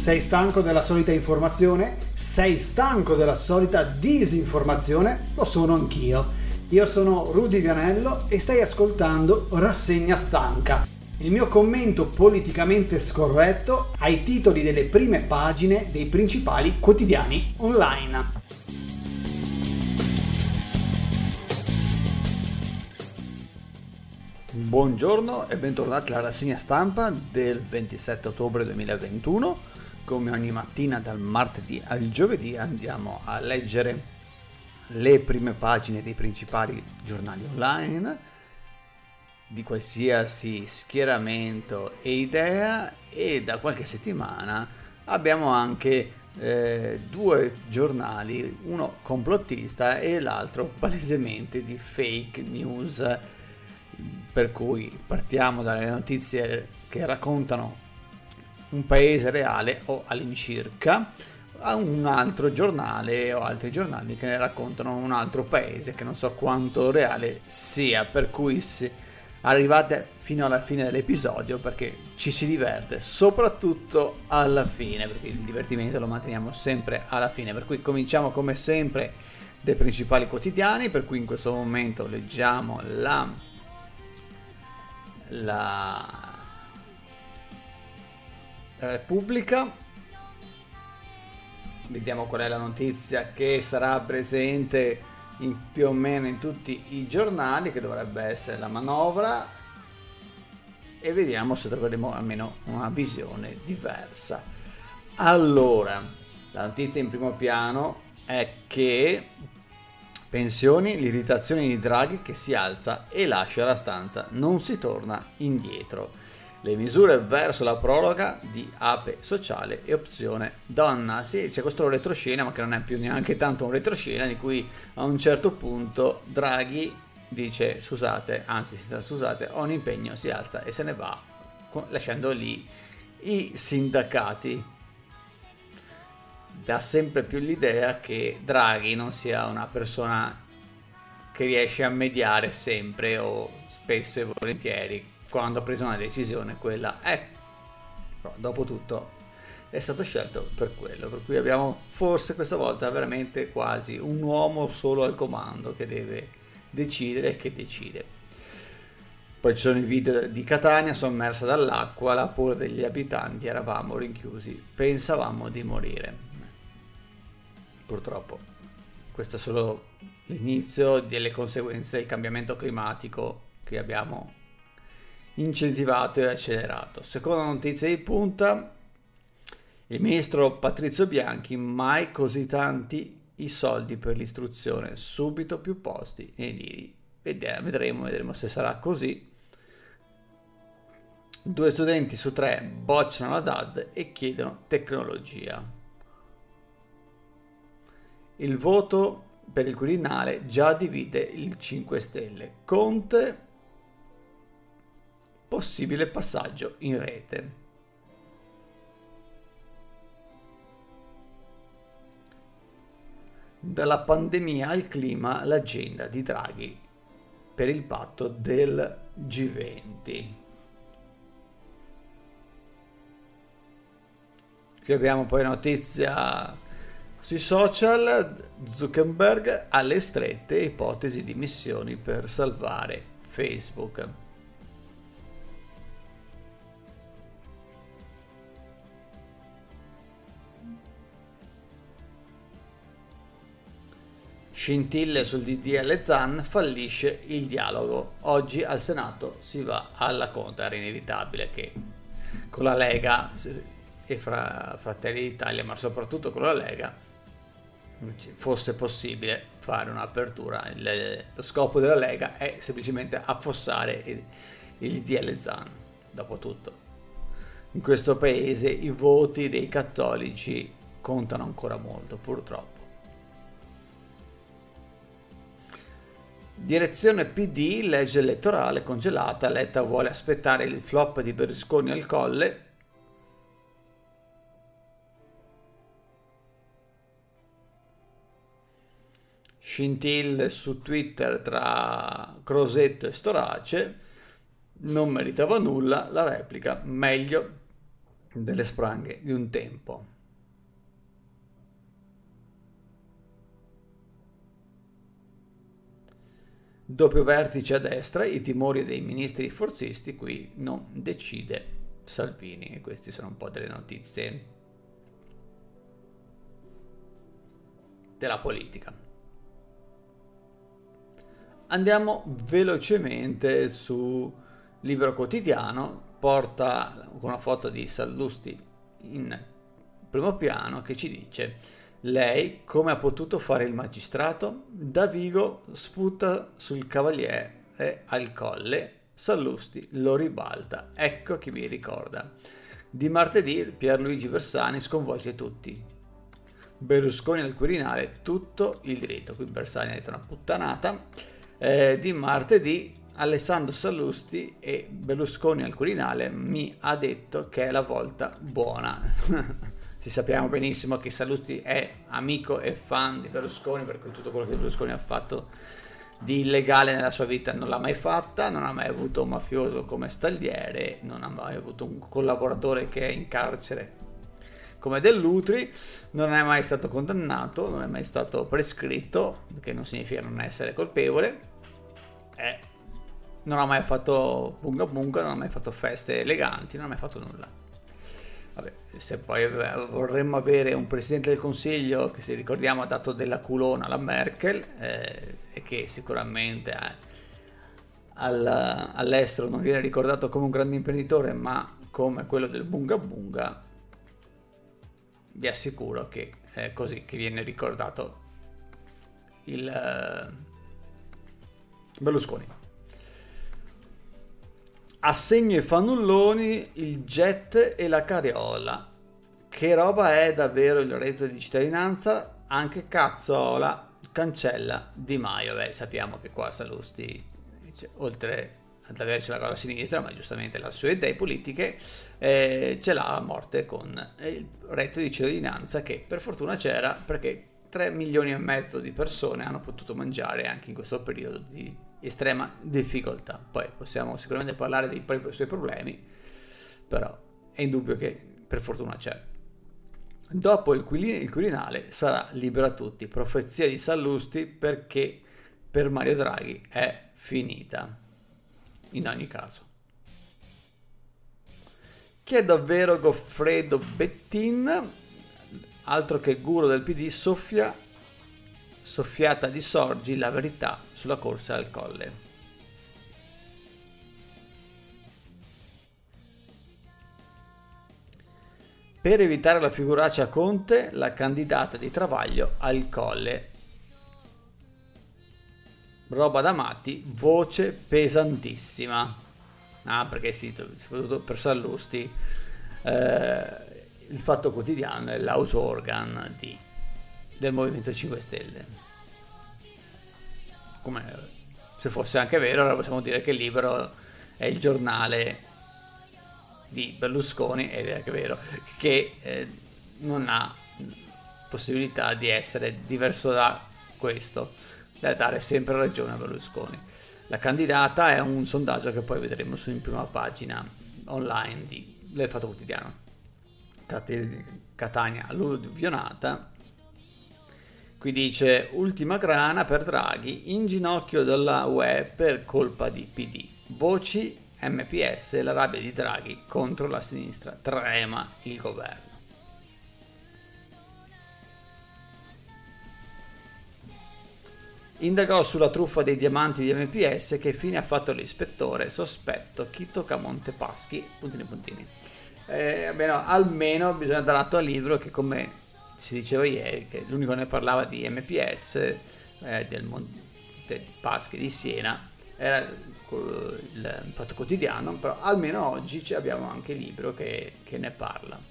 Sei stanco della solita informazione? Sei stanco della solita disinformazione? Lo sono anch'io. Io sono Rudy Vianello e stai ascoltando Rassegna Stanca, il mio commento politicamente scorretto ai titoli delle prime pagine dei principali quotidiani online. Buongiorno e bentornati alla rassegna stampa del 27 ottobre 2021. Come ogni mattina dal martedì al giovedì andiamo a leggere le prime pagine dei principali giornali online di qualsiasi schieramento e idea, e da qualche settimana abbiamo anche due giornali, uno complottista e l'altro palesemente di fake news. Per cui partiamo dalle notizie che raccontano un paese reale o all'incirca, a un altro giornale o altri giornali che ne raccontano un altro paese che non so quanto reale sia, per cui arrivate fino alla fine dell'episodio perché ci si diverte, soprattutto alla fine, perché il divertimento lo manteniamo sempre alla fine. Per cui cominciamo come sempre dai principali quotidiani, per cui in questo momento leggiamo la Repubblica. Vediamo qual è la notizia che sarà presente più o meno in tutti i giornali, che dovrebbe essere la manovra, e vediamo se troveremo almeno una visione diversa. Allora, la notizia in primo piano è che pensioni, l'irritazione di Draghi che si alza e lascia la stanza, non si torna indietro. Le misure verso la proroga di APE sociale e opzione donna. Sì, c'è questo retroscena, ma che non è più neanche tanto un retroscena, di cui a un certo punto Draghi dice scusate, ho un impegno, si alza e se ne va, lasciando lì i sindacati. Dà sempre più l'idea che Draghi non sia una persona che riesce a mediare sempre o spesso e volentieri. Quando ha preso una decisione, quella è. Però dopo tutto è stato scelto per quello, per cui abbiamo forse questa volta veramente quasi un uomo solo al comando che deve decidere e che decide. Poi ci sono i video di Catania sommersa dall'acqua, la paura degli abitanti, eravamo rinchiusi, pensavamo di morire. Purtroppo questo è solo l'inizio delle conseguenze del cambiamento climatico che abbiamo incentivato e accelerato. Seconda notizia di punta, il ministro Patrizio Bianchi, mai così tanti i soldi per l'istruzione, subito più posti nei nidi. Vedremo se sarà così. 2 studenti su 3 bocciano la DAD e chiedono tecnologia. Il voto per il Quirinale già divide il 5 Stelle. Conte, possibile passaggio in rete. Dalla pandemia al clima, l'agenda di Draghi per il patto del G20. Qui abbiamo poi notizia sui social, Zuckerberg alle strette, ipotesi di missioni per salvare Facebook. Scintille sul DDL Zan, fallisce il dialogo. Oggi al Senato si va alla conta, era inevitabile che con la Lega e fra Fratelli d'Italia, ma soprattutto con la Lega, fosse possibile fare un'apertura. Lo scopo della Lega è semplicemente affossare il DDL Zan. Dopotutto, in questo paese i voti dei cattolici contano ancora molto, purtroppo. Direzione PD, legge elettorale congelata, Letta vuole aspettare il flop di Berlusconi al Colle. Scintille su Twitter tra Crosetto e Storace, non meritava nulla, la replica, meglio delle spranghe di un tempo. Doppio vertice a destra, i timori dei ministri forzisti, qui non decide Salvini, e queste sono un po' delle notizie della politica. Andiamo velocemente su Libero Quotidiano, porta con una foto di Sallusti in primo piano che ci dice: lei come ha potuto fare il magistrato? Davigo sputa sul cavaliere al Colle, Sallusti lo ribalta, ecco chi mi ricorda. Di martedì Pierluigi Bersani sconvolge tutti, Berlusconi al Quirinale, tutto il diritto. Qui Bersani ha detto una puttanata. Di martedì Alessandro Sallusti e Berlusconi al Quirinale mi ha detto che è la volta buona. Sì, sappiamo benissimo che Sallusti è amico e fan di Berlusconi, perché tutto quello che Berlusconi ha fatto di illegale nella sua vita non l'ha mai fatta, non ha mai avuto un mafioso come stagliere, non ha mai avuto un collaboratore che è in carcere come Dell'Utri, non è mai stato condannato, non è mai stato prescritto, che non significa non essere colpevole, non ha mai fatto bunga bunga, non ha mai fatto feste eleganti, non ha mai fatto nulla. Vabbè, se poi vorremmo avere un presidente del Consiglio che, se ricordiamo, ha dato della culona alla Merkel, e che sicuramente all'estero non viene ricordato come un grande imprenditore ma come quello del bunga bunga, vi assicuro che è così che viene ricordato il Berlusconi. Assegno ai fannulloni, il jet e la carriola. Che roba è davvero il reddito di cittadinanza? Anche Cazzola cancella Di Maio. Beh, sappiamo che qua Sallusti, oltre ad averci la cosa a sinistra, ma giustamente le sue idee politiche, ce l'ha a morte con il reddito di cittadinanza, che per fortuna c'era, perché 3 milioni e mezzo di persone hanno potuto mangiare anche in questo periodo di estrema difficoltà. Poi possiamo sicuramente parlare dei suoi problemi, però è indubbio che per fortuna c'è. Dopo il Quirinale sarà libero a tutti, profezia di Sallusti, perché per Mario Draghi è finita in ogni caso. Chi è davvero Goffredo Bettin? Altro che guru del PD, soffiata di Sorgi, la verità sulla corsa al Colle. Per evitare la figuraccia a Conte, la candidata di Travaglio al Colle. Roba da matti, voce pesantissima. Perché sì, soprattutto per Sallusti, il Fatto Quotidiano è l'house organ del Movimento 5 Stelle. Come se fosse anche vero, allora possiamo dire che Libero è il giornale di Berlusconi, ed è anche vero che non ha possibilità di essere diverso da questo, da dare sempre ragione a Berlusconi. La candidata è un sondaggio che poi vedremo su in prima pagina online del Fatto Quotidiano. Catania alluvionata. Qui dice: ultima grana per Draghi, in ginocchio dalla UE per colpa di PD. Voci MPS, la rabbia di Draghi contro la sinistra, trema il governo. Indagò sulla truffa dei diamanti di MPS, che fine ha fatto l'ispettore, sospetto chi tocca Montepaschi, puntini puntini. Almeno bisogna dar atto al libro che, come si diceva ieri, che l'unico che ne parlava di MPS, del Montepaschi di Siena, era il Fatto Quotidiano, però almeno oggi abbiamo anche il libro che ne parla.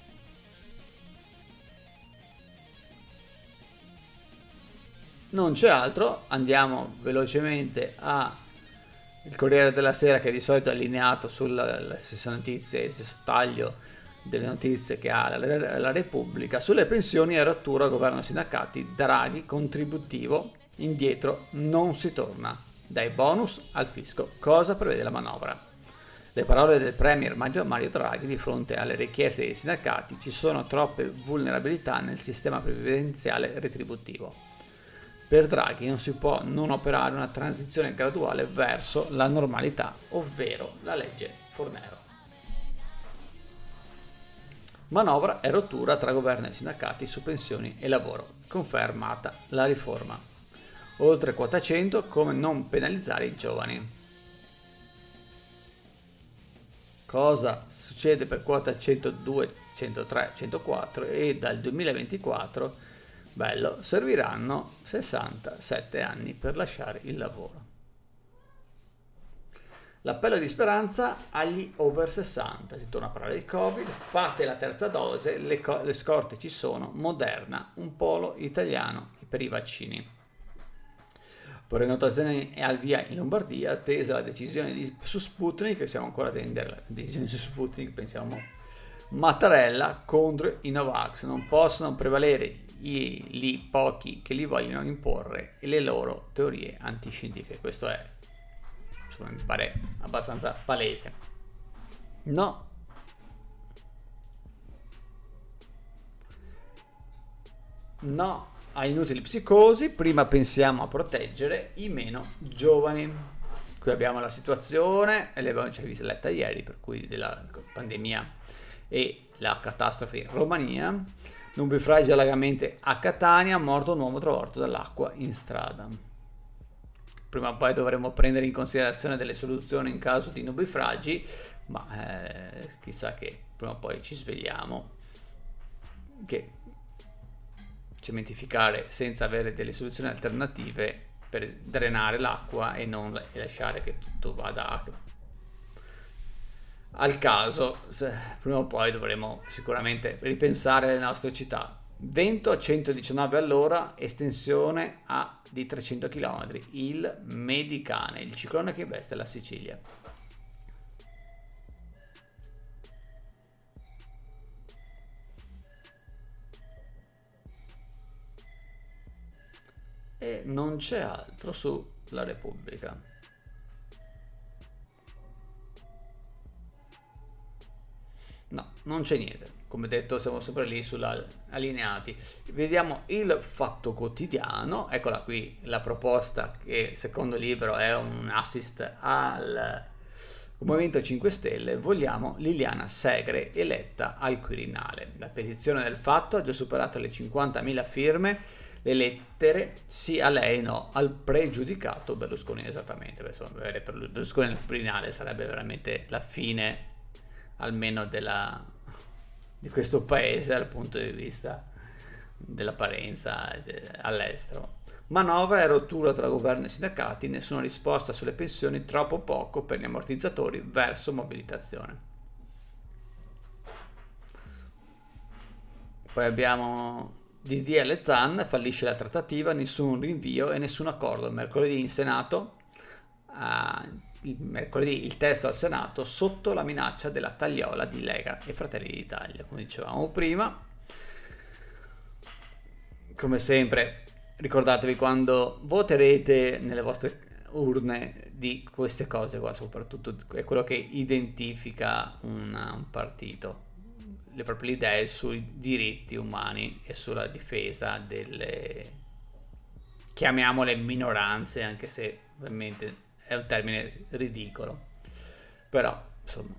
Non c'è altro, andiamo velocemente a il Corriere della Sera, che di solito è allineato sulle stesse notizie, il stesso taglio delle notizie che ha la Repubblica. Sulle pensioni e rottura governo sindacati, Draghi contributivo, indietro non si torna, dai bonus al fisco, cosa prevede la manovra? Le parole del premier Mario Draghi di fronte alle richieste dei sindacati: ci sono troppe vulnerabilità nel sistema previdenziale retributivo. Per Draghi non si può non operare una transizione graduale verso la normalità, ovvero la legge Fornero. Manovra e rottura tra governo e sindacati su pensioni e lavoro. Confermata la riforma. Oltre quota 100, come non penalizzare i giovani. Cosa succede per quota 102, 103, 104 e dal 2024, bello, serviranno 67 anni per lasciare il lavoro. L'appello di speranza agli over 60, si torna a parlare di Covid, fate la terza dose, le scorte ci sono, Moderna, un polo italiano per i vaccini. Prenotazione è al via in Lombardia, attesa la decisione su Sputnik, che siamo ancora a attendere la decisione su Sputnik, pensiamo Mattarella contro i Novax, non possono prevalere i pochi che li vogliono imporre e le loro teorie antiscientifiche. Questo è, insomma, mi pare abbastanza palese. No. No a inutili psicosi, prima pensiamo a proteggere i meno giovani. Qui abbiamo la situazione, e l'abbiamo già letta ieri, per cui della pandemia e la catastrofe in Romania, nubifragi allagamenti a Catania, morto un uomo travolto dall'acqua in strada. Prima o poi dovremo prendere in considerazione delle soluzioni in caso di nubifragi, ma chissà che prima o poi ci svegliamo che cementificare senza avere delle soluzioni alternative per drenare l'acqua e non lasciare che tutto vada al caso. Prima o poi dovremo sicuramente ripensare le nostre città. Vento a 119 all'ora, estensione di 300 km, il Medicane, il ciclone che investe la Sicilia. E non c'è altro sulla Repubblica. No, non c'è niente. Come detto, siamo sempre lì allineati. Vediamo il Fatto Quotidiano. Eccola qui la proposta, che secondo libro è un assist al Movimento 5 Stelle. Vogliamo Liliana Segre eletta al Quirinale. La petizione del Fatto ha già superato le 50.000 firme. Le lettere sì a lei, no al pregiudicato Berlusconi. Esattamente, per Berlusconi nel Quirinale sarebbe veramente la fine almeno di questo paese dal punto di vista dell'apparenza all'estero. Manovra e rottura tra governo e sindacati, nessuna risposta sulle pensioni, troppo poco per gli ammortizzatori verso mobilitazione. Poi abbiamo DDL Zan, fallisce la trattativa, nessun rinvio e nessun accordo. Mercoledì in Senato, mercoledì il testo al Senato sotto la minaccia della tagliola di Lega e Fratelli d'Italia, come dicevamo prima. Come sempre, ricordatevi quando voterete nelle vostre urne di queste cose qua, soprattutto è quello che identifica un partito, le proprie idee sui diritti umani e sulla difesa delle, chiamiamole, minoranze, anche se ovviamente è un termine ridicolo, però insomma.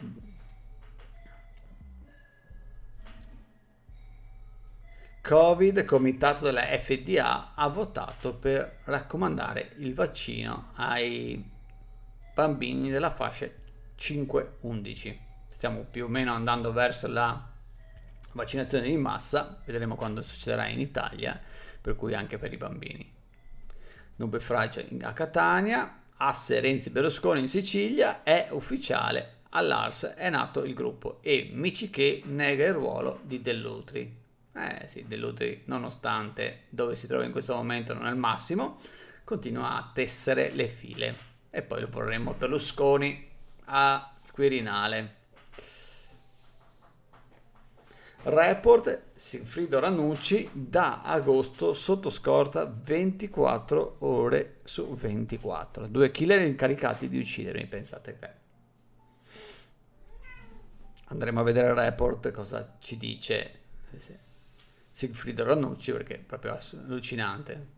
Covid, comitato della FDA ha votato per raccomandare il vaccino ai bambini della fascia 5-11. Stiamo più o meno andando verso la vaccinazione di massa, vedremo quando succederà in Italia, per cui anche per i bambini. Nubifragio a Catania, asse Renzi Berlusconi in Sicilia, è ufficiale, all'Ars è nato il gruppo e Miciché nega il ruolo di Dell'Utri. Sì, Dell'Utri, nonostante dove si trova in questo momento non è il massimo, continua a tessere le file e poi lo vorremmo Berlusconi a Quirinale. Report, Sigfrido Ranucci da agosto sotto scorta 24 ore su 24. 2 killer incaricati di uccidermi, pensate che. Andremo a vedere il report cosa ci dice Sigfrido Ranucci, perché è proprio allucinante.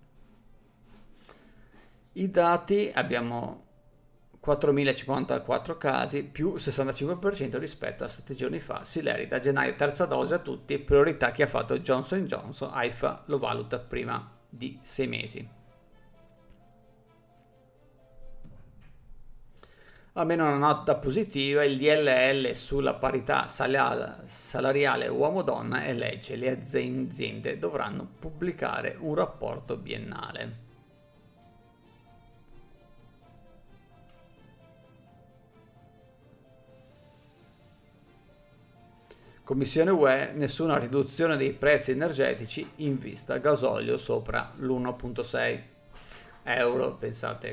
I dati: abbiamo 4.054 casi, più 65% rispetto a 7 giorni fa. Sileri, da gennaio terza dose a tutti, priorità chi ha fatto Johnson & Johnson, AIFA lo valuta prima di 6 mesi. Almeno una nota positiva: il DLL sulla parità salariale uomo-donna è legge, le aziende dovranno pubblicare un rapporto biennale. Commissione UE, nessuna riduzione dei prezzi energetici in vista gasolio sopra l'1,6 euro. Pensate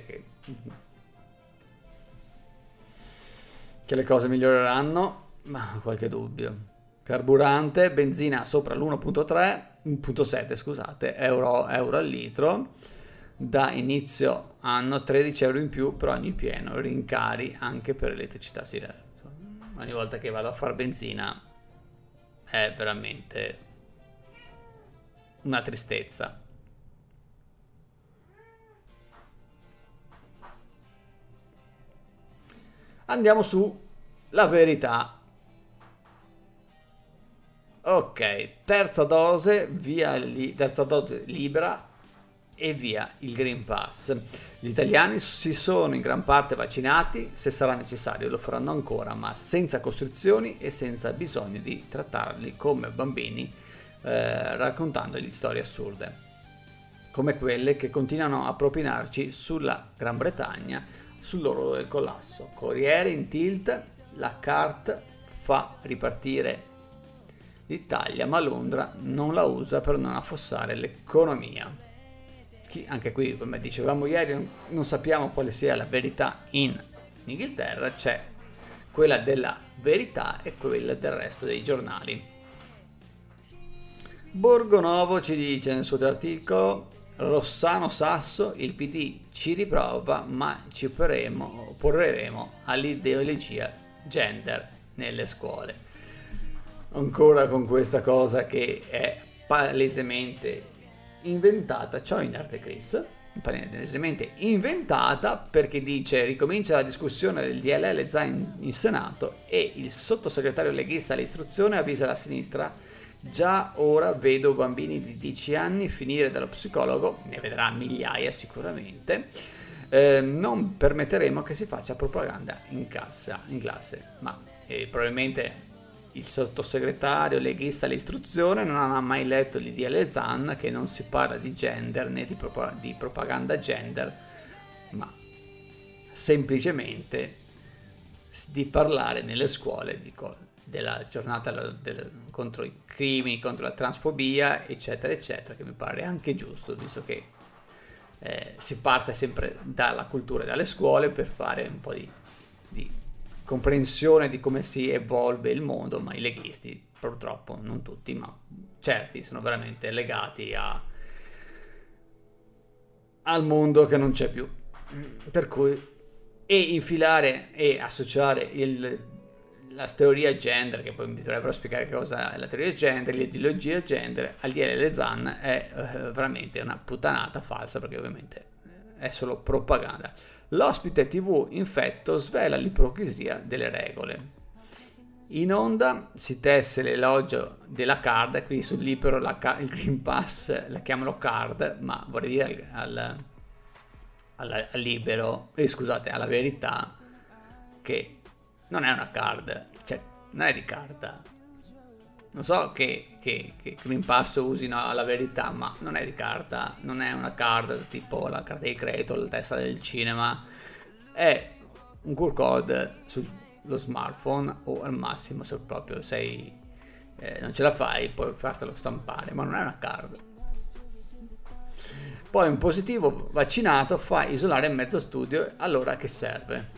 che le cose miglioreranno? Ma qualche dubbio. Carburante, benzina sopra l'1,7 scusate, euro al litro. Da inizio anno 13 euro in più per ogni pieno, rincari anche per elettricità. Sì, ogni volta che vado a fare benzina è veramente una tristezza. Andiamo su La Verità. Ok, terza dose libera e via il Green Pass. Gli italiani si sono in gran parte vaccinati, se sarà necessario lo faranno ancora, ma senza costrizioni e senza bisogno di trattarli come bambini, raccontandogli storie assurde, come quelle che continuano a propinarci sulla Gran Bretagna, sul loro del collasso. Corriere in tilt, la CART fa ripartire l'Italia, ma Londra non la usa per non affossare l'economia. Anche qui, come dicevamo ieri, non sappiamo quale sia la verità in Inghilterra. C'è quella della Verità e quella del resto dei giornali. Borgonovo ci dice nel suo articolo: Rossano Sasso, il PD ci riprova, ma ci opporremo all'ideologia gender nelle scuole. Ancora con questa cosa che è palesemente inventata. Ciao in arte Chris, palesemente inventata, perché dice: ricomincia la discussione del DLL Zan in Senato e il sottosegretario leghista all'istruzione avvisa la sinistra: già ora vedo bambini di 10 anni finire dallo psicologo, ne vedrà migliaia sicuramente, non permetteremo che si faccia propaganda in classe. Ma probabilmente il sottosegretario leghista all'istruzione non ha mai letto l'IDL Zan, che non si parla di gender né di propaganda gender, ma semplicemente di parlare nelle scuole della giornata contro i crimini, contro la transfobia, eccetera eccetera, che mi pare anche giusto, visto che si parte sempre dalla cultura e dalle scuole per fare un po' di comprensione di come si evolve il mondo. Ma i leghisti, purtroppo non tutti, ma certi, sono veramente legati al mondo che non c'è più, per cui infilare e associare la teoria gender, che poi mi dovrebbero spiegare che cosa è la teoria gender, l'ideologia gender, al DLL Zan è veramente una puttanata falsa, perché ovviamente è solo propaganda. L'ospite TV infetto svela l'ipocrisia delle regole. In onda si tesse l'elogio della card. Qui sul libero il Green Pass la chiamano card, ma vorrei dire al libero, scusate, alla Verità, che non è una card, cioè non è di carta. Non so che Green Pass usino alla Verità, ma non è di carta, non è una card tipo la carta di credito, la testa del cinema, è un QR code sullo smartphone, o al massimo, se proprio non ce la fai, puoi fartelo stampare, ma non è una card. Poi un positivo vaccinato fa isolare mezzo studio, allora che serve?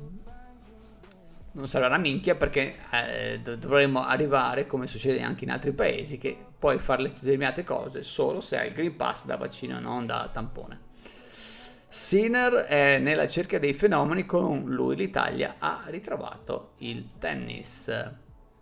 Non sarà una minchia, perché dovremmo arrivare, come succede anche in altri paesi, che puoi fare determinate cose solo se hai il Green Pass da vaccino, non da tampone. Sinner è nella cerchia dei fenomeni, con lui l'Italia ha ritrovato il tennis.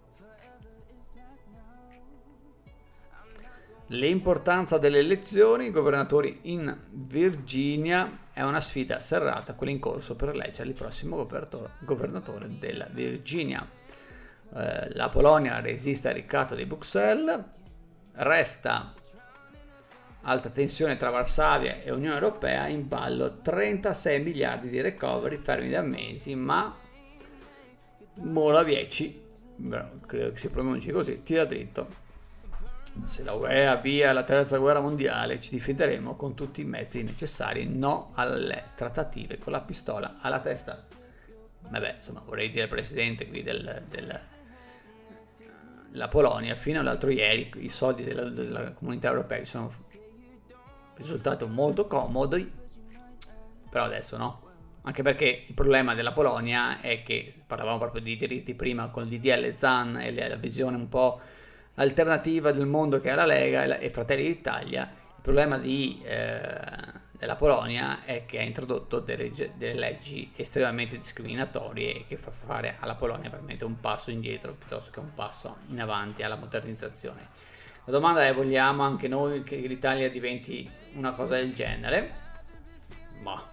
L'importanza delle elezioni governatori in Virginia è una sfida serrata, quella in corso per eleggere il prossimo governatore della Virginia. La Polonia resiste al ricatto di Bruxelles, resta alta tensione tra Varsavia e Unione Europea, in ballo 36 miliardi di recovery fermi da mesi, ma Morawiecki, credo che si pronunci così, tira dritto. Se la UE avvia la terza guerra mondiale, ci difenderemo con tutti i mezzi necessari, no alle trattative con la pistola alla testa. Vabbè, insomma, vorrei dire al presidente qui della Polonia, fino all'altro ieri i soldi della comunità europea sono risultati molto comodi, però adesso no. Anche perché il problema della Polonia è che, parlavamo proprio di diritti prima con il DDL Zan e la visione un po' alternativa del mondo che è la Lega e Fratelli d'Italia, il problema della Polonia è che ha introdotto delle leggi estremamente discriminatorie e che fa fare alla Polonia veramente un passo indietro piuttosto che un passo in avanti alla modernizzazione. La domanda è: vogliamo anche noi che l'Italia diventi una cosa del genere? Ma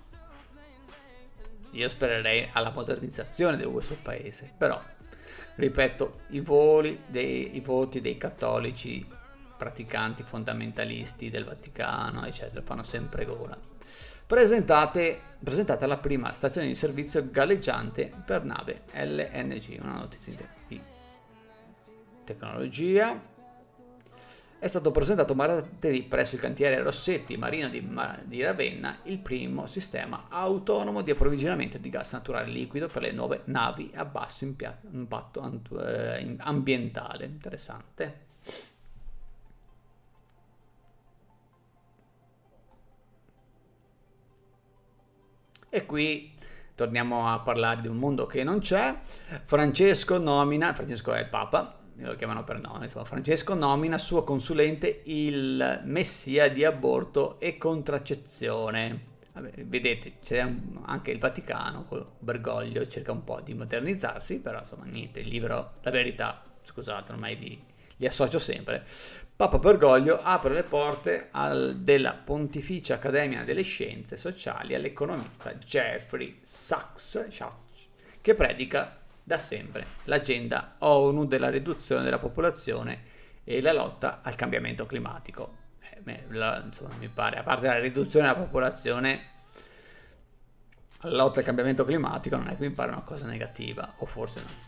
io spererei alla modernizzazione di questo paese, però ripeto, i voti dei cattolici praticanti fondamentalisti del Vaticano, eccetera, fanno sempre gola. Presentata la prima stazione di servizio galleggiante per nave LNG, una notizia di tecnologia. È stato presentato martedì presso il cantiere Rossetti Marino di Ravenna il primo sistema autonomo di approvvigionamento di gas naturale liquido per le nuove navi a basso impatto ambientale. Interessante. E qui torniamo a parlare di un mondo che non c'è. Francesco è il Papa, lo chiamano per nome, insomma, Francesco nomina suo consulente il messia di aborto e contraccezione. Vabbè, vedete, c'è anche il Vaticano con Bergoglio, cerca un po' di modernizzarsi, però insomma niente, il libro La Verità, scusate, ormai li associo sempre. Papa Bergoglio apre le porte della Pontificia Accademia delle Scienze Sociali all'economista Jeffrey Sachs, che predica da sempre l'agenda ONU della riduzione della popolazione e la lotta al cambiamento climatico. Insomma, mi pare, a parte la riduzione della popolazione, la lotta al cambiamento climatico non è che mi pare una cosa negativa, o forse no.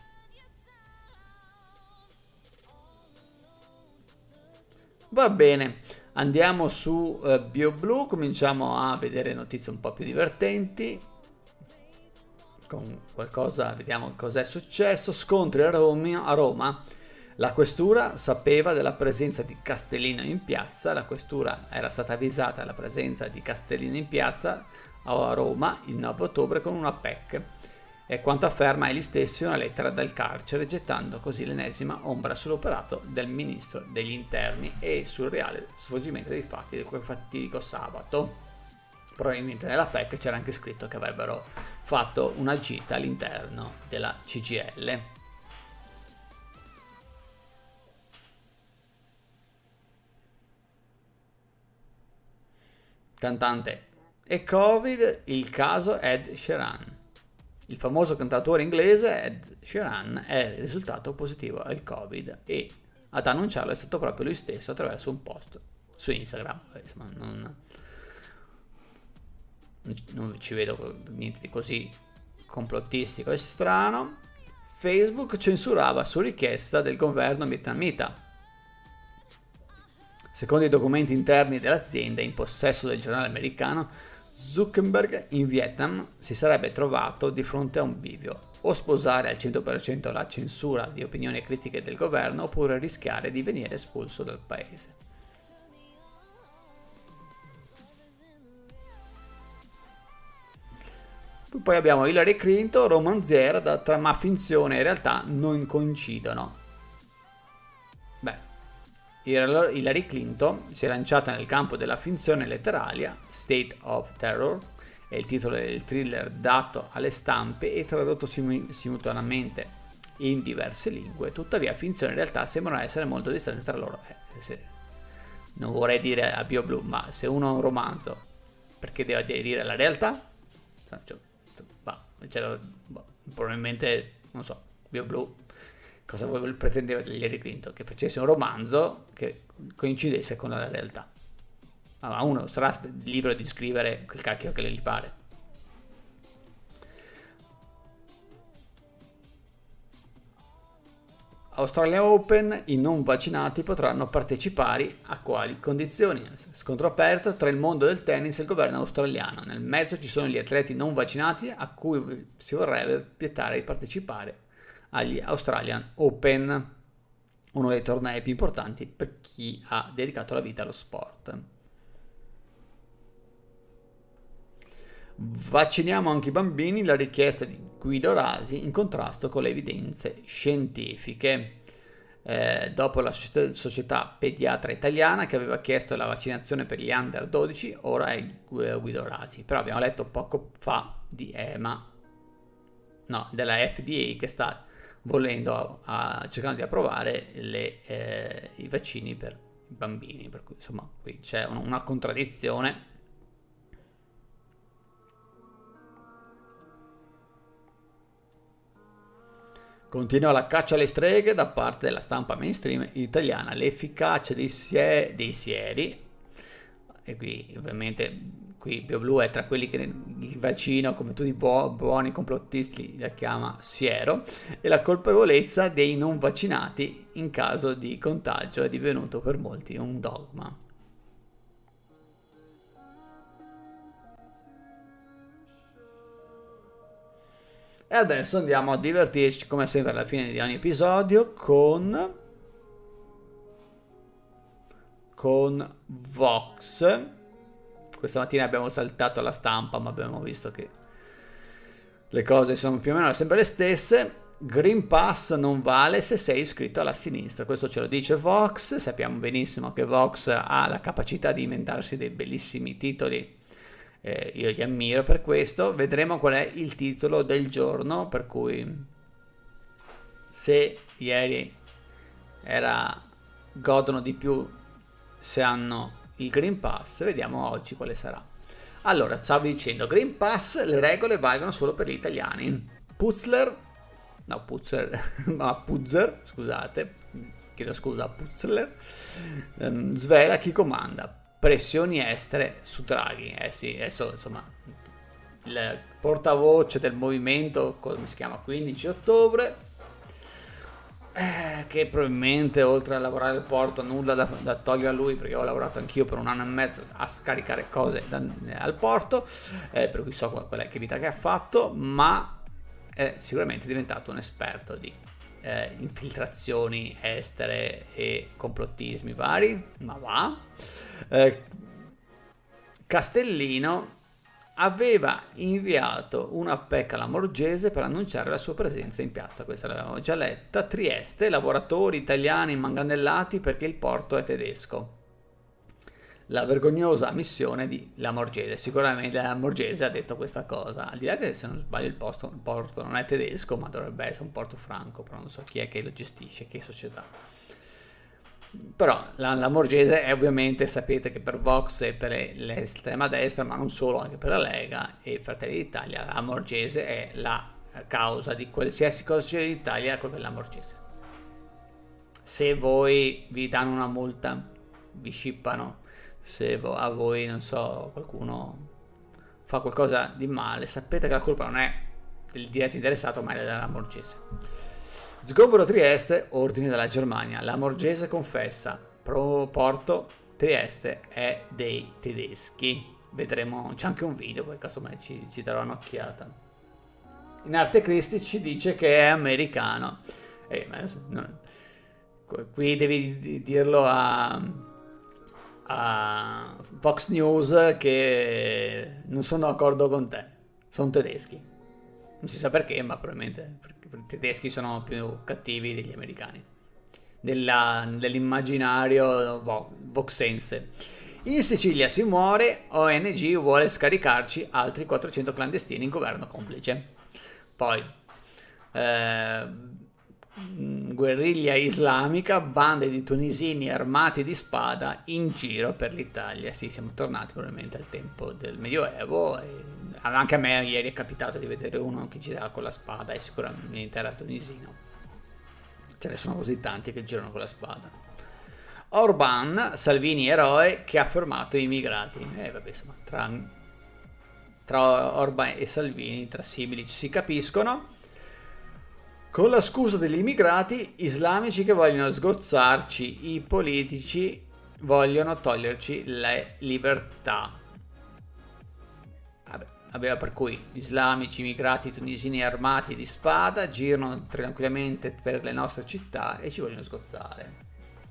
Va bene, andiamo su BioBlue, cominciamo a vedere notizie un po' più divertenti. Con qualcosa, vediamo cosa è successo. Scontri a Roma. La questura sapeva della presenza di Castellino in piazza. La questura era stata avvisata della presenza di Castellino in piazza a Roma il 9 ottobre con una PEC. È quanto afferma egli stesso in una lettera dal carcere, gettando così l'ennesima ombra sull'operato del ministro degli interni e sul reale svolgimento dei fatti di quel fatidico sabato. Probabilmente nella PEC c'era anche scritto che avrebbero fatto una gita all'interno della CGIL. Cantante e Covid, il caso Ed Sheeran. Il famoso cantautore inglese Ed Sheeran è risultato positivo al Covid e ad annunciarlo è stato proprio lui stesso attraverso un post su Instagram. Insomma, non ci vedo niente di così complottistico e strano. Facebook censurava su richiesta del governo vietnamita. Secondo i documenti interni dell'azienda in possesso del giornale americano, Zuckerberg in Vietnam si sarebbe trovato di fronte a un bivio: o sposare al 100% la censura di opinioni e critiche del governo, oppure rischiare di venire espulso dal paese. Poi abbiamo Hillary Clinton, romanziera, trama finzione e realtà non coincidono. Hillary Clinton si è lanciata nel campo della finzione letteraria. State of Terror è il titolo del thriller dato alle stampe e tradotto simultaneamente in diverse lingue. Tuttavia finzione e realtà sembrano essere molto distanti tra loro. Non vorrei dire a BioBlue, ma se uno ha un romanzo, perché deve aderire alla realtà? Probabilmente, non so, BioBlue, cosa pretendeva degli Hillary Clinton? Che facesse un romanzo che coincidesse con la realtà. Ma uno sarà libero di scrivere quel cacchio che gli pare. Australian Open, i non vaccinati potranno partecipare a quali condizioni? Scontro aperto tra il mondo del tennis e il governo australiano. Nel mezzo ci sono gli atleti non vaccinati a cui si vorrebbe vietare di partecipare agli Australian Open, uno dei tornei più importanti per chi ha dedicato la vita allo sport. Vacciniamo anche i bambini, la richiesta di Guido Rasi in contrasto con le evidenze scientifiche. Dopo la società pediatra italiana che aveva chiesto la vaccinazione per gli under 12, ora è Guido Rasi. Però abbiamo letto poco fa di EMA, no, della FDA, che sta volendo cercando di approvare i vaccini per i bambini, per cui insomma qui c'è una contraddizione. Continua la caccia alle streghe da parte della stampa mainstream italiana. L'efficacia dei sieri, e qui ovviamente BioBlue è tra quelli che il vaccino, come tutti i buoni complottisti, la chiama siero, e la colpevolezza dei non vaccinati in caso di contagio è divenuto per molti un dogma. E adesso andiamo a divertirci come sempre alla fine di ogni episodio con Vox. Questa mattina abbiamo saltato la stampa, ma abbiamo visto che le cose sono più o meno sempre le stesse. Green Pass non vale se sei iscritto alla sinistra, questo ce lo dice Vox. Sappiamo benissimo che Vox ha la capacità di inventarsi dei bellissimi titoli. Io li ammiro per questo. Vedremo qual è il titolo del giorno, per cui se ieri godono di più se hanno il Green Pass, vediamo oggi quale sarà. Allora, stavo dicendo, Green Pass, le regole valgono solo per gli italiani. Puzzler, scusate, chiedo scusa a Puzzler, svela chi comanda. Pressioni estere su Draghi. Sì, adesso insomma il portavoce del movimento, come si chiama, 15 ottobre, che probabilmente oltre a lavorare al porto nulla da togliere a lui, perché ho lavorato anch'io per 1 anno e mezzo a scaricare cose al porto, per cui so qual è che vita che ha fatto, ma è sicuramente diventato un esperto di infiltrazioni estere e complottismi vari, ma va. Castellino aveva inviato una PEC alla Morgese per annunciare la sua presenza in piazza, questa l'avevamo già letta. Trieste, lavoratori italiani manganellati perché il porto è tedesco. La vergognosa missione di Lamorgese. Sicuramente Lamorgese ha detto questa cosa, al di là che, se non sbaglio, il porto non è tedesco, ma dovrebbe essere un porto franco, però non so chi è che lo gestisce, che società. Però la Lamorgese è, ovviamente sapete che per Vox e per l'estrema destra, ma non solo, anche per la Lega e Fratelli d'Italia, la Lamorgese è la causa di qualsiasi cosa c'è in Italia, quello che è la Lamorgese. Se voi vi danno una multa, vi scippano, se a voi, non so, qualcuno fa qualcosa di male, sapete che la colpa non è del diretto interessato, ma è della Lamorgese. Sgombero Trieste, ordine dalla Germania. Lamorgese confessa, Porto Trieste è dei tedeschi. Vedremo, c'è anche un video, poi casomai ci darò un'occhiata. In Arte Christi ci dice che è americano. Qui devi dirlo a Fox News che non sono d'accordo con te, sono tedeschi. Non si sa perché, ma probabilmente perché i tedeschi sono più cattivi degli americani, dell'immaginario voxense. In Sicilia si muore, ONG vuole scaricarci altri 400 clandestini in governo complice. Poi guerriglia islamica, bande di tunisini armati di spada in giro per l'Italia. Sì, siamo tornati probabilmente al tempo del Medioevo. E anche a me ieri è capitato di vedere uno che girava con la spada e sicuramente era tunisino. Ce ne sono così tanti che girano con la spada. Orban, Salvini eroe che ha fermato i immigrati. Vabbè, insomma, tra Orban e Salvini, tra simili ci si capiscono. Con la scusa degli immigrati islamici che vogliono sgozzarci, i politici vogliono toglierci le libertà. Vabbè, per cui islamici, immigrati, tunisini armati di spada girano tranquillamente per le nostre città e ci vogliono sgozzare.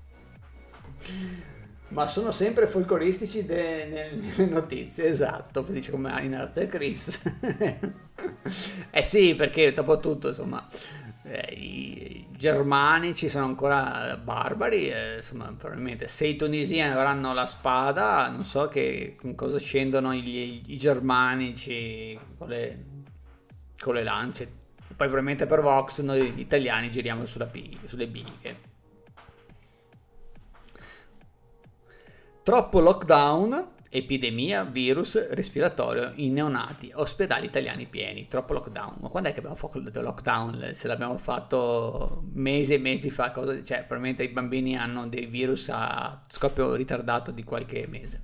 Ma sono sempre folcloristici nelle notizie, esatto, dice come in arte Chris. Sì, perché dopo tutto, insomma, i germanici sono ancora barbari, insomma, probabilmente se i tunisini avranno la spada, non so con cosa scendono i germanici con le lance. Poi probabilmente per Vox noi italiani giriamo sulle bighe. Troppo lockdown, epidemia, virus respiratorio in neonati, ospedali italiani pieni. Troppo lockdown. Ma quando è che abbiamo fatto il lockdown? Se l'abbiamo fatto mesi e mesi fa, cioè probabilmente i bambini hanno dei virus a scoppio ritardato di qualche mese.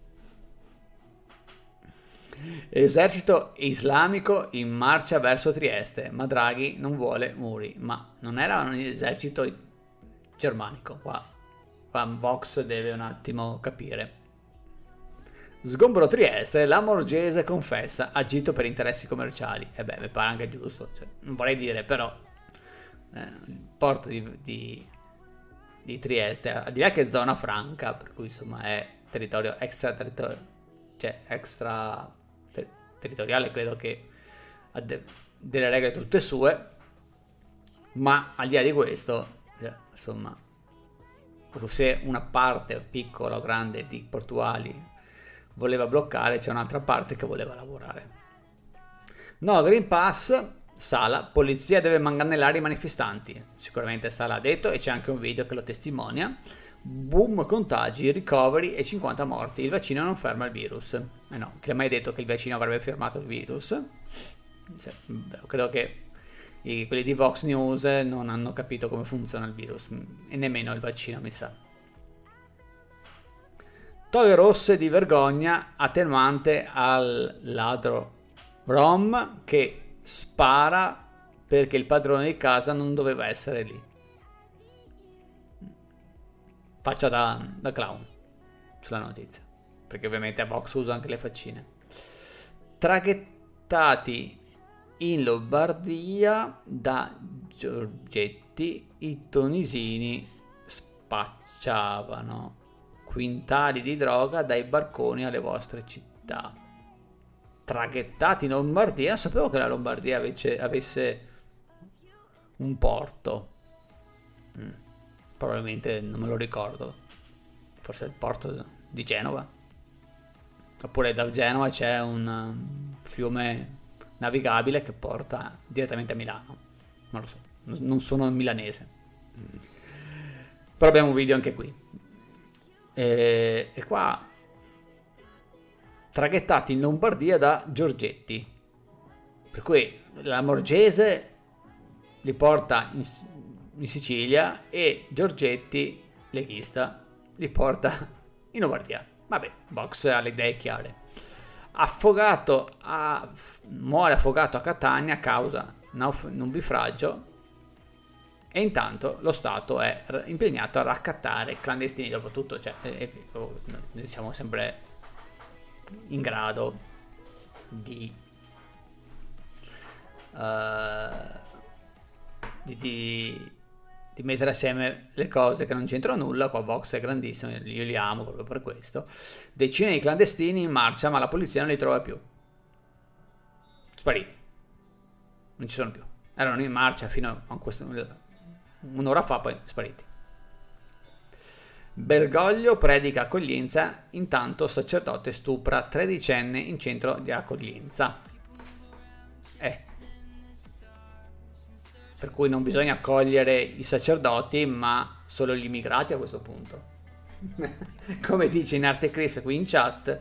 Esercito islamico in marcia verso Trieste, ma Draghi non vuole muri. Ma non era un esercito germanico qua. Vox deve un attimo capire. Sgombero Trieste, la Morgese confessa agito per interessi commerciali. Mi pare anche giusto, cioè, non vorrei dire, però il porto di Trieste, al di là che è zona franca, per cui insomma è territorio territoriale, credo che ha delle regole tutte sue, ma al di là di questo, insomma, se una parte piccola o grande di portuali voleva bloccare, c'è un'altra parte che voleva lavorare. No, Green Pass, Sala, polizia deve manganellare i manifestanti. Sicuramente Sala ha detto, e c'è anche un video che lo testimonia. Boom contagi, ricoveri e 50 morti. Il vaccino non ferma il virus. No, chi ha mai detto che il vaccino avrebbe fermato il virus? Credo che quelli di Vox News non hanno capito come funziona il virus e nemmeno il vaccino, mi sa. Toghe rosse di vergogna, attenuante al ladro rom che spara perché il padrone di casa non doveva essere lì. Faccia da clown sulla notizia, perché ovviamente a Vox usa anche le faccine. Traghettati in Lombardia da Giorgetti, i tunisini spacciavano quintali di droga dai barconi alle vostre città. Traghettati in Lombardia, non sapevo che la Lombardia avesse un porto. Probabilmente non me lo ricordo, forse il porto di Genova, oppure da Genova c'è un fiume navigabile che porta direttamente a Milano, non lo so, non sono milanese, però abbiamo un video anche qui. E qua traghettati in Lombardia da Giorgetti, per cui la Morgese li porta in Sicilia e Giorgetti, leghista, li porta in Lombardia. Vabbè, Vox ha le idee chiare. Muore affogato a Catania a causa di un nubifragio, e intanto lo Stato è impegnato a raccattare clandestini. Dopo tutto, cioè, noi siamo sempre in grado di mettere assieme le cose che non c'entrano nulla. Qua Vox è grandissimo, io li amo proprio per questo. Decine di clandestini in marcia, ma la polizia non li trova più. Spariti, non ci sono più. Erano in marcia fino a un'ora fa, poi spariti. Bergoglio predica accoglienza, intanto sacerdote stupra tredicenne in centro di accoglienza. per cui non bisogna accogliere i sacerdoti, ma solo gli immigrati a questo punto. Come dice in Arte Chris qui in chat,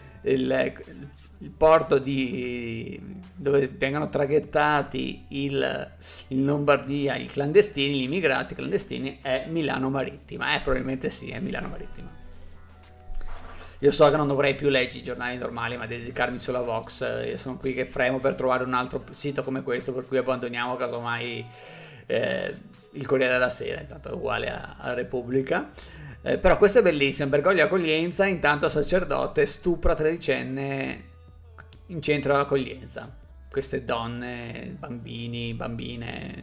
il porto dove vengono traghettati in Lombardia i clandestini, gli immigrati clandestini, è Milano Marittima. Probabilmente sì, è Milano Marittima. Io so che non dovrei più leggere i giornali normali, ma dedicarmi solo a Vox. Io sono qui che fremo per trovare un altro sito come questo, per cui abbandoniamo casomai il Corriere della Sera, intanto è uguale a Repubblica. Però questo è bellissimo. Bergoglio accoglienza, intanto sacerdote stupra tredicenne in centro all'accoglienza. Queste donne, bambini, bambine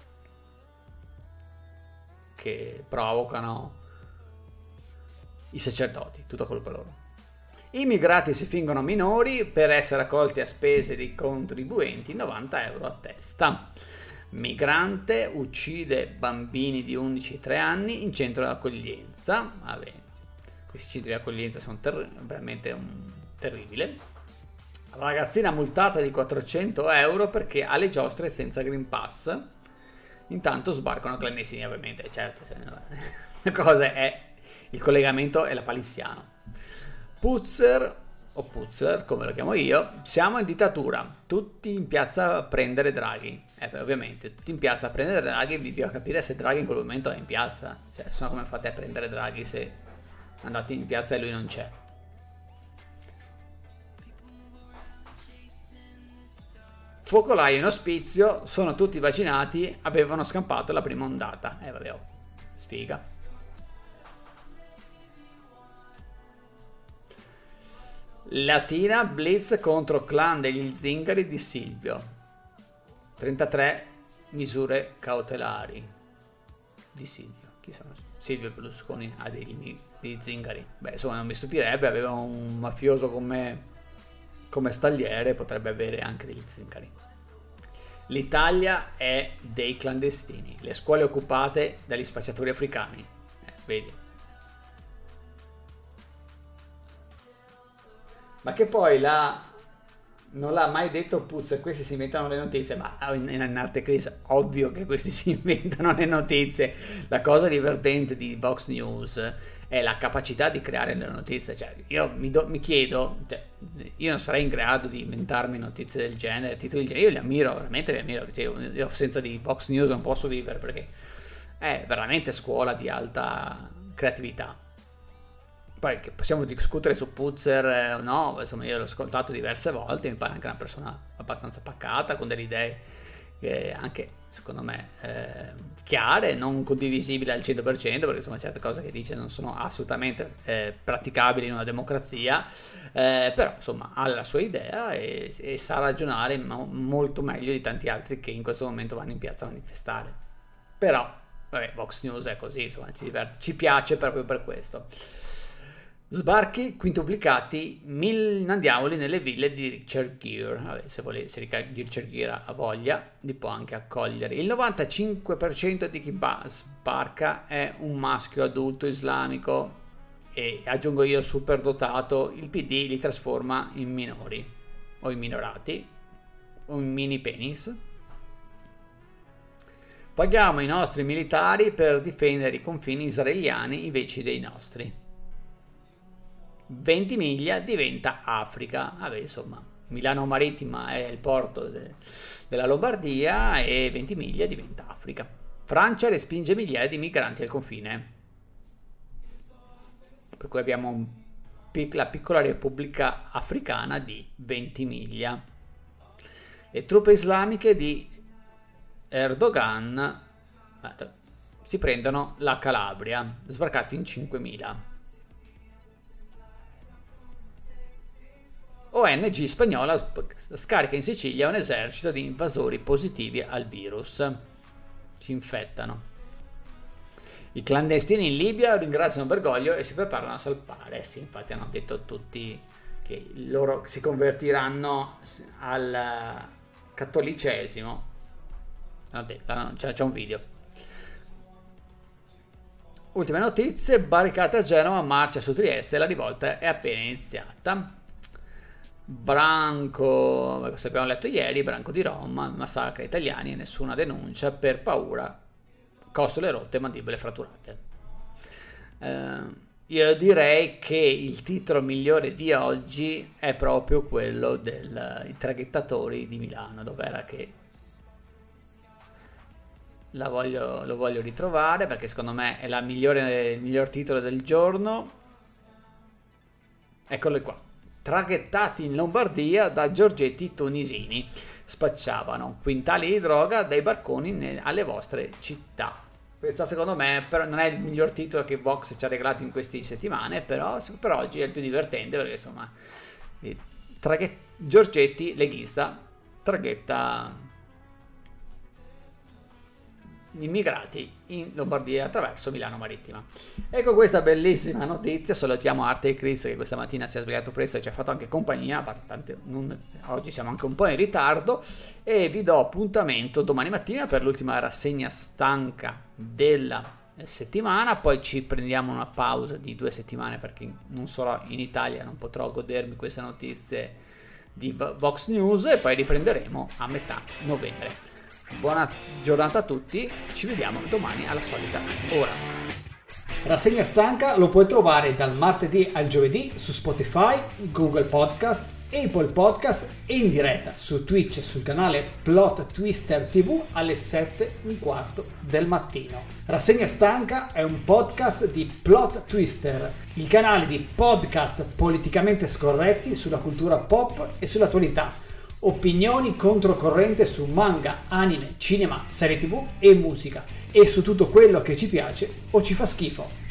che provocano i sacerdoti, tutto colpa loro. I immigrati si fingono minori per essere accolti a spese dei contribuenti, 90 euro a testa. Migrante uccide bambini di 11-3 anni in centro d'accoglienza. Vabbè, questi centri di accoglienza sono veramente terribili. Ragazzina multata di 400 euro perché ha le giostre senza Green Pass. Intanto sbarcano clandestini, ovviamente, certo. La cosa è, il collegamento è la palissiano. Puzzer, o Puzzler, come lo chiamo io, siamo in dittatura, tutti in piazza a prendere Draghi. Ovviamente, tutti in piazza a prendere Draghi, bisogna capire se Draghi in quel momento è in piazza. Cioè, se no come fate a prendere Draghi se andate in piazza e lui non c'è? Focolai in ospizio, sono tutti vaccinati, avevano scampato la prima ondata. Vabbè, oh, sfiga. Latina blitz contro clan degli zingari di Silvio. 33 misure cautelari di Silvio. Chi sono? Silvio Berlusconi ha dei zingari. Beh, insomma, non mi stupirebbe, aveva un mafioso come stagliere, potrebbe avere anche degli zingari. L'Italia è dei clandestini, le scuole occupate dagli spacciatori africani. Vedi. Ma che poi non l'ha mai detto Puzzer, questi si inventano le notizie, ma in Arte Chris ovvio che questi si inventano le notizie. La cosa divertente di Vox News è la capacità di creare le notizie. Cioè, io mi chiedo, cioè, io non sarei in grado di inventarmi notizie del genere, titoli del genere. Io li ammiro, veramente li ammiro. Cioè, io senza di Vox News non posso vivere, perché è veramente scuola di alta creatività. Poi che possiamo discutere su Puzzer o no, insomma, io l'ho ascoltato diverse volte, mi pare anche una persona abbastanza pacata, con delle idee anche, secondo me, chiare, non condivisibili al 100%, perché insomma certe cose che dice non sono assolutamente praticabili in una democrazia, però insomma ha la sua idea e sa ragionare molto meglio di tanti altri che in questo momento vanno in piazza a manifestare. Però, vabbè, Vox News è così, insomma, ci piace proprio per questo. Sbarchi quintuplicati, 1000 nandiamoli nelle ville di Richard Gere. Vabbè, se Richard Gere ha voglia, li può anche accogliere. Il 95% di chi sbarca è un maschio adulto islamico e, aggiungo io, superdotato. Il PD li trasforma in minori o in minorati o in mini penis. Paghiamo i nostri militari per difendere i confini israeliani invece dei nostri. 20 miglia diventa Africa. Vabbè, insomma, Milano Marittima è il porto della Lombardia e 20 miglia diventa Africa. Francia respinge migliaia di migranti al confine, per cui abbiamo la piccola repubblica africana di 20 miglia. Le truppe islamiche di Erdogan si prendono la Calabria, sbarcati in 5.000. ONG spagnola scarica in Sicilia un esercito di invasori positivi al virus. Si infettano. I clandestini in Libia ringraziano Bergoglio e si preparano a salpare. Sì, infatti hanno detto tutti che loro si convertiranno al cattolicesimo. C'è un video. Ultime notizie: barricate a Genova, marcia su Trieste, la rivolta è appena iniziata. Branco, questo abbiamo letto ieri, Branco di Roma, massacra italiani e nessuna denuncia per paura, costole rotte, mandibole fratturate. Io direi che il titolo migliore di oggi è proprio quello dei traghettatori di Milano, dov'era che lo voglio ritrovare perché secondo me è il miglior titolo del giorno. Eccolo qua. Traghettati in Lombardia da Giorgetti tunisini, spacciavano quintali di droga dai barconi alle vostre città. Questa secondo me però non è il miglior titolo che Vox ci ha regalato in queste settimane, però per oggi è il più divertente perché insomma Giorgetti leghista traghetta immigrati in Lombardia attraverso Milano Marittima. Ecco questa bellissima notizia. Salutiamo Arte e Chris che questa mattina si è svegliato presto e ci ha fatto anche compagnia, oggi siamo anche un po' in ritardo, e vi do appuntamento domani mattina per l'ultima rassegna stanca della settimana, poi ci prendiamo una pausa di 2 settimane perché non sarò in Italia, non potrò godermi queste notizie di Vox News e poi riprenderemo a metà novembre. Buona giornata a tutti, ci vediamo domani alla solita ora. Rassegna stanca lo puoi trovare dal martedì al giovedì su Spotify, Google Podcast, Apple Podcast e in diretta su Twitch sul canale Plot Twister TV alle 7:15 del mattino. Rassegna stanca è un podcast di Plot Twister, il canale di podcast politicamente scorretti sulla cultura pop e sull'attualità. Opinioni controcorrente su manga, anime, cinema, serie TV e musica e su tutto quello che ci piace o ci fa schifo.